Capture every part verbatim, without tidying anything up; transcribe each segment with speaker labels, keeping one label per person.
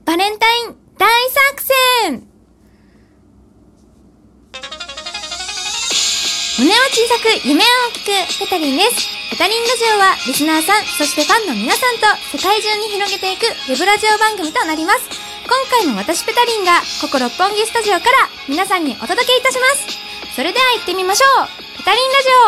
Speaker 1: バレンタイン大作戦。胸を小さく夢を大きく、ペタリンです。ペタリンラジオはリスナーさん、そしてファンの皆さんと世界中に広げていくウェブラジオ番組となります。今回も私ペタリンがここ六本木スタジオから皆さんにお届けいたします。それでは行ってみましょう。ペタリンラジ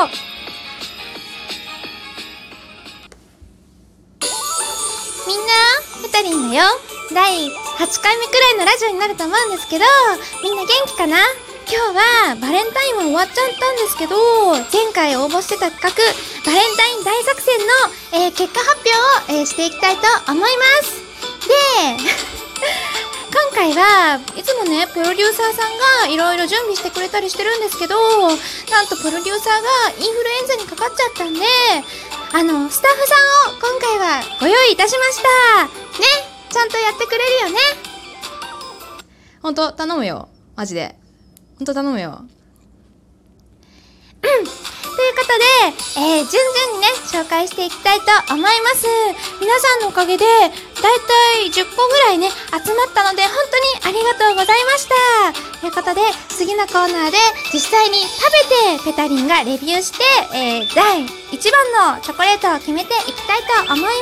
Speaker 1: オ。みんな、ペタリンだよ。だいはちかいめくらいのラジオになると思うんですけど、みんな元気かな？今日はバレンタインも終わっちゃったんですけど、前回応募してた企画、バレンタイン大作戦の、えー、結果発表を、えー、していきたいと思います。で、今回はいつもね、プロデューサーさんがいろいろ準備してくれたりしてるんですけど、なんとプロデューサーがインフルエンザにかかっちゃったんで、あの、スタッフさんを今回はご用意いたしました。ね、ちゃんとやってくれるよね。ほんと、頼むよ。マジで。ほんと頼むよ。うん。ということで、えー、順々にね、紹介していきたいと思います。皆さんのおかげで、だいたいじゅっこぐらいね、集まったので、本当にありがとうございました。ということで、次のコーナーで、実際に食べて、ペタリンがレビューして、えー、だいいちばんのチョコレートを決めていきたいと思います。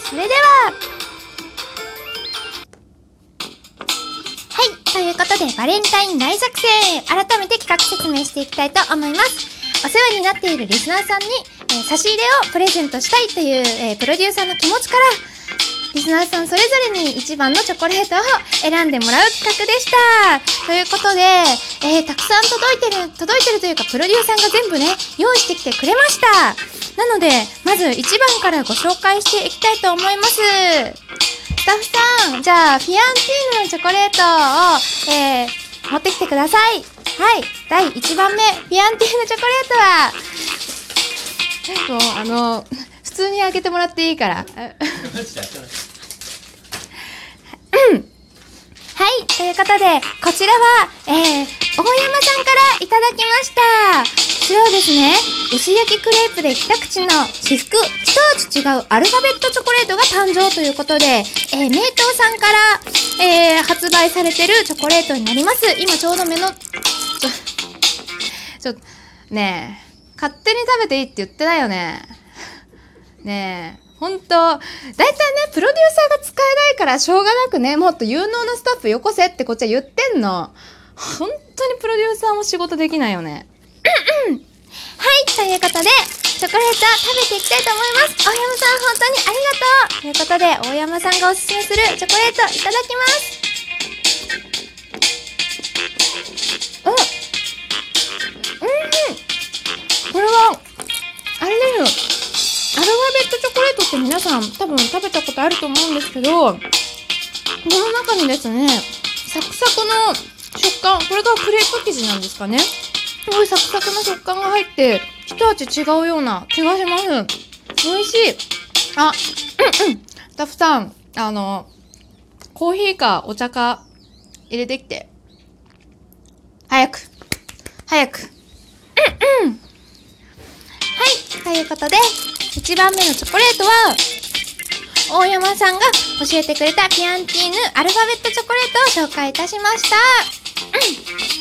Speaker 1: それでは、ということで、バレンタイン大作戦、改めて企画説明していきたいと思います。お世話になっているリスナーさんに、えー、差し入れをプレゼントしたいという、えー、プロデューサーの気持ちから、リスナーさんそれぞれにいちばんのチョコレートを選んでもらう企画でした。ということで、えー、たくさん届いてる、届いてるというか、プロデューサーが全部ね、用意してきてくれました。なので、まずいちばんからご紹介していきたいと思います。スタッフさん、じゃあ、フィアンティーヌのチョコレートを、えー、持ってきてください。はい。だいいちばんめ、フィアンティーヌチョコレートは、もう、あの、普通に開けてもらっていいから。うん。はい。ということで、こちらは、えー、大山さんからいただきました。そうですね。薄焼きクレープで一口の至福、一味違うアルファベットチョコレートが誕生ということで、えー、名東さんから、えー、発売されてるチョコレートになります。今ちょうど目の、ちょ、ちょ、ねえ、勝手に食べていいって言ってないよね。ねえ、ほんと、だいたいね、プロデューサーが使えないからしょうがなくね、もっと有能なスタッフよこせってこっちは言ってんの。ほんとにプロデューサーも仕事できないよね。はい、ということで、チョコレート食べていきたいと思います。大山さん、本当にありがとう。ということで、大山さんがおすすめするチョコレートいただきます。うん。うん。これは、あれですよ。アルファベットチョコレートって皆さん多分食べたことあると思うんですけど、この中にですね、サクサクの食感、これがクレープ生地なんですかね。すごいサクサクの食感が入って、一味違うような気がします。美味しい。あ、うんうん。スタッフさん、あの、コーヒーかお茶か入れてきて。早く。早く。うんうん。はい。ということで、いちばんめのチョコレートは、大山さんが教えてくれたフィアンティーヌアルファベットチョコレートを紹介いたしました。うん。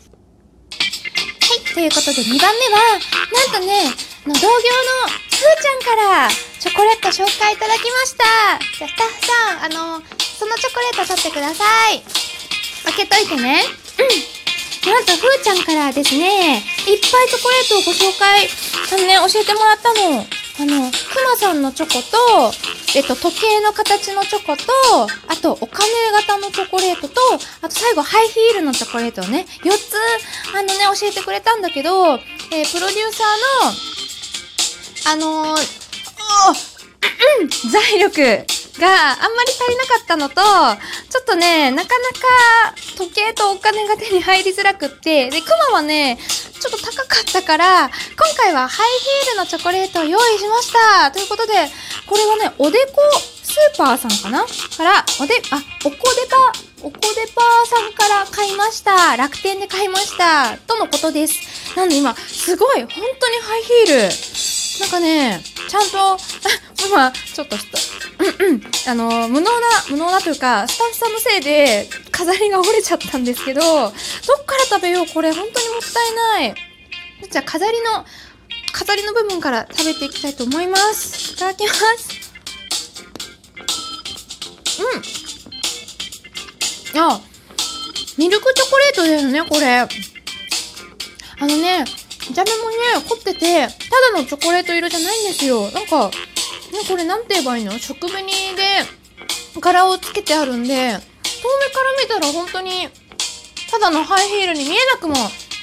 Speaker 1: ということでにばんめは、なんとね、の同業のふーちゃんからチョコレート紹介いただきました。じゃあスタッフさん、あの、そのチョコレート取ってください。開けといてね。うん。なんとふーちゃんからですね、いっぱいチョコレートをご紹介、あのね、教えてもらったの。あの、くまさんのチョコと、えっと、時計の形のチョコと、あと、お金型のチョコレートと、あと最後、ハイヒールのチョコレートをね、よっつ、あのね、教えてくれたんだけど、えー、プロデューサーの、あのー、おうん、財力があんまり足りなかったのと、ちょっとね、なかなか時計とお金が手に入りづらくって、で、クマはね、ちょっと高かったから、今回はハイヒールのチョコレートを用意しました。ということで、これはね、おでこスーパーさんかなから、おで、あ、おこでぱ、おこでぱさんから買いました。楽天で買いました。とのことです。なんで今、すごい、本当にハイヒール。なんかね、ちゃんと、あ、 今、ちょっとした、うんうん、あの、無能な、無能なというか、スタッフさんのせいで、飾りが折れちゃったんですけど、どっから食べようこれ、本当にもったいない。じゃあ、飾りの、飾りの部分から食べていきたいと思います。いただきます。うん。あ、ミルクチョコレートですね、これ。あのね、見た目もね、凝ってて、ただのチョコレート色じゃないんですよ。なんか、ね、これなんて言えばいいの？食紅で柄をつけてあるんで、遠目から見たら本当に、ただのハイヒールに見えなくも。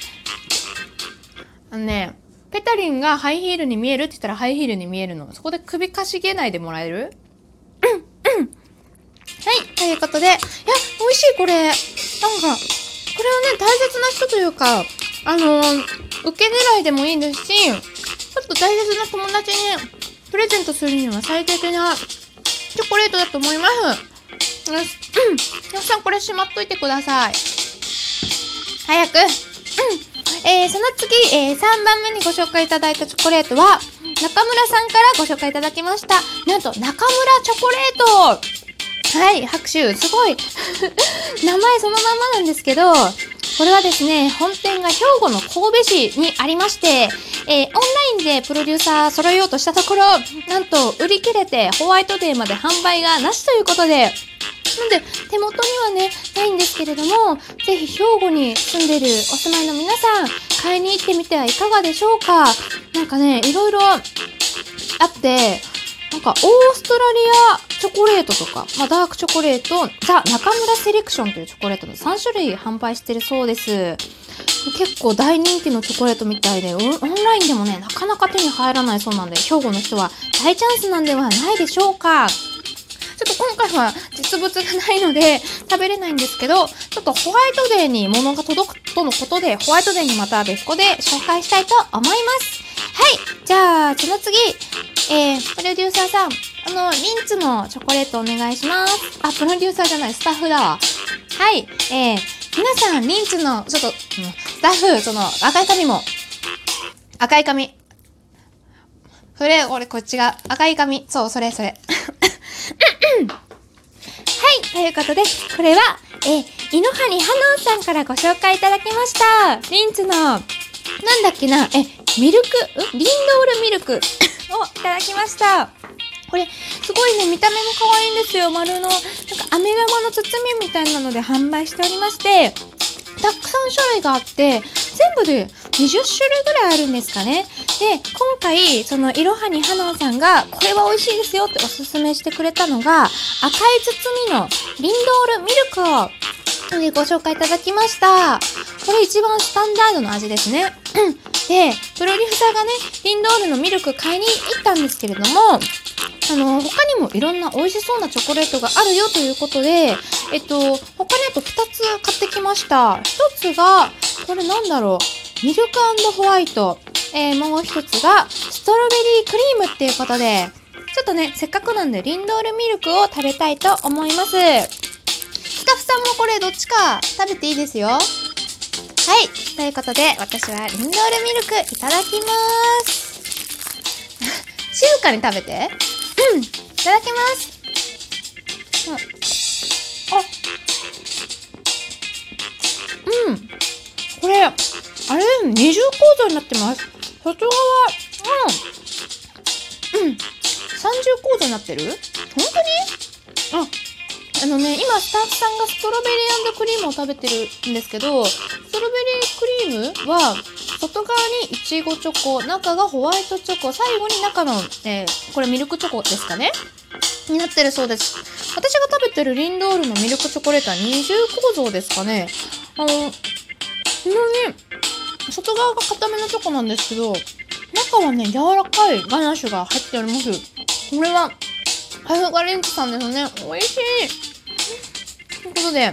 Speaker 1: あのね、ペタリンがハイヒールに見えるって言ったらハイヒールに見えるの。そこで首かしげないでもらえる？うん、うん。はい、ということで、いや、美味しいこれ。なんか、これはね、大切な人というか、あのー、受け狙いでもいいですし、ちょっと大切な友達にプレゼントするには最適なチョコレートだと思います。よし、うん。皆さんこれしまっといてください。早く。うん。えー、その次、えー、さんばんめにご紹介いただいたチョコレートは、中村さんからご紹介いただきました。なんと、中村チョコレート。はい、拍手。すごい。名前そのままなんですけど、これはですね、本店が兵庫の神戸市にありまして、えー、オンラインでプロデューサー揃えようとしたところ、なんと売り切れてホワイトデーまで販売がなしということで、なんで手元にはね、ないんですけれども、ぜひ兵庫に住んでるお住まいの皆さん、買いに行ってみてはいかがでしょうか。なんかね、いろいろあって、なんかオーストラリアチョコレートとか、まあ、ダークチョコレート、ザ・中村セレクションというチョコレートのさん種類販売してるそうです。結構大人気のチョコレートみたいで、オンラインでもね、なかなか手に入らないそうなんで、兵庫の人は大チャンスなんではないでしょうか。ちょっと今回は実物がないので食べれないんですけど、ちょっとホワイトデーに物が届くとのことで、ホワイトデーにまた別個で紹介したいと思います。はい。じゃあ、その次、えー、プロデューサーさん、あの、リンツのチョコレートお願いします。あ、プロデューサーじゃない、スタッフだわ。はい。えー、皆さん、リンツの、ちょっと、うん、スタッフ、その、赤い紙も、赤い紙。それ、俺、こっちが、赤い紙。そう、それ、それ。はい。ということで、これは、えー、井ノ張ハノンさんからご紹介いただきました。リンツの、なんだっけな、え、ミルク、んリンドールミルクをいただきました。これ、すごいね、見た目も可愛いんですよ。丸の、なんか、飴玉の包みみたいなので販売しておりまして、たくさん種類があって、全部でにじゅっ種類ぐらいあるんですかね。で、今回、その、いろはにハノンさんが、これは美味しいですよっておすすめしてくれたのが、赤い包みのリンドールミルクを、ご紹介いただきました。これ一番スタンダードの味ですね。で、プロデューサーがね、リンドールのミルク買いに行ったんですけれども、あの、他にもいろんな美味しそうなチョコレートがあるよということで、えっと、他にあとふたつ買ってきました。ひとつが、これなんだろう、ミルク&ホワイト。えー、もうひとつが、ストロベリークリームっていうことで、ちょっとね、せっかくなんでリンドールミルクを食べたいと思います。スタッフさんもこれどっちか食べていいですよ。はい。ということで、私はリンドールミルクいただきまーす。静かに食べて。うん。いただきます。うん、あ。うん。これ、あれ、二重構造になってます。外側、うん。うん。三重構造になってる？本当に？あ。あのね、今スタッフさんがストロベリー&クリームを食べてるんですけど、ストロベリークリームは外側にイチゴチョコ、中がホワイトチョコ、最後に中の、えー、これミルクチョコですかねになってるそうです。私が食べてるリンドールのミルクチョコレートは二重構造ですかね。あの、このね、外側が固めのチョコなんですけど、中はね、柔らかいガナッシュが入っております。これは、さすがリンツさんですね。美味しい。ということで、うん。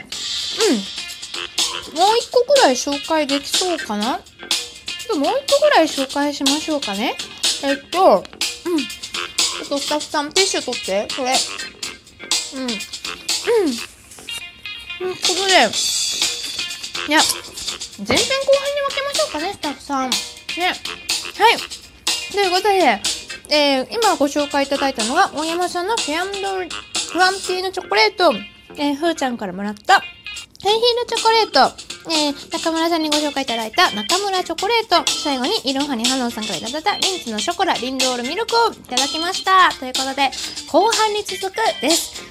Speaker 1: もう一個くらい紹介できそうかな？ちょっともう一個くらい紹介しましょうかね。えっと、うん。ちょっとスタッフさんティッシュ取って、これ。うん。うん。ということで、いや、全然後半に分けましょうかね、スタッフさん。ね。はい。ということで、 えー、今ご紹介いただいたのが、大山さんのキャンドルクランティーヌチョコレート、えー、ふーちゃんからもらったハイヒールチョコレート、えー、中村さんにご紹介いただいた中村チョコレート、最後にいろはにハノンさんからいただいたリンツのショコラリンドールミルクをいただきました。ということで、後半に続くです。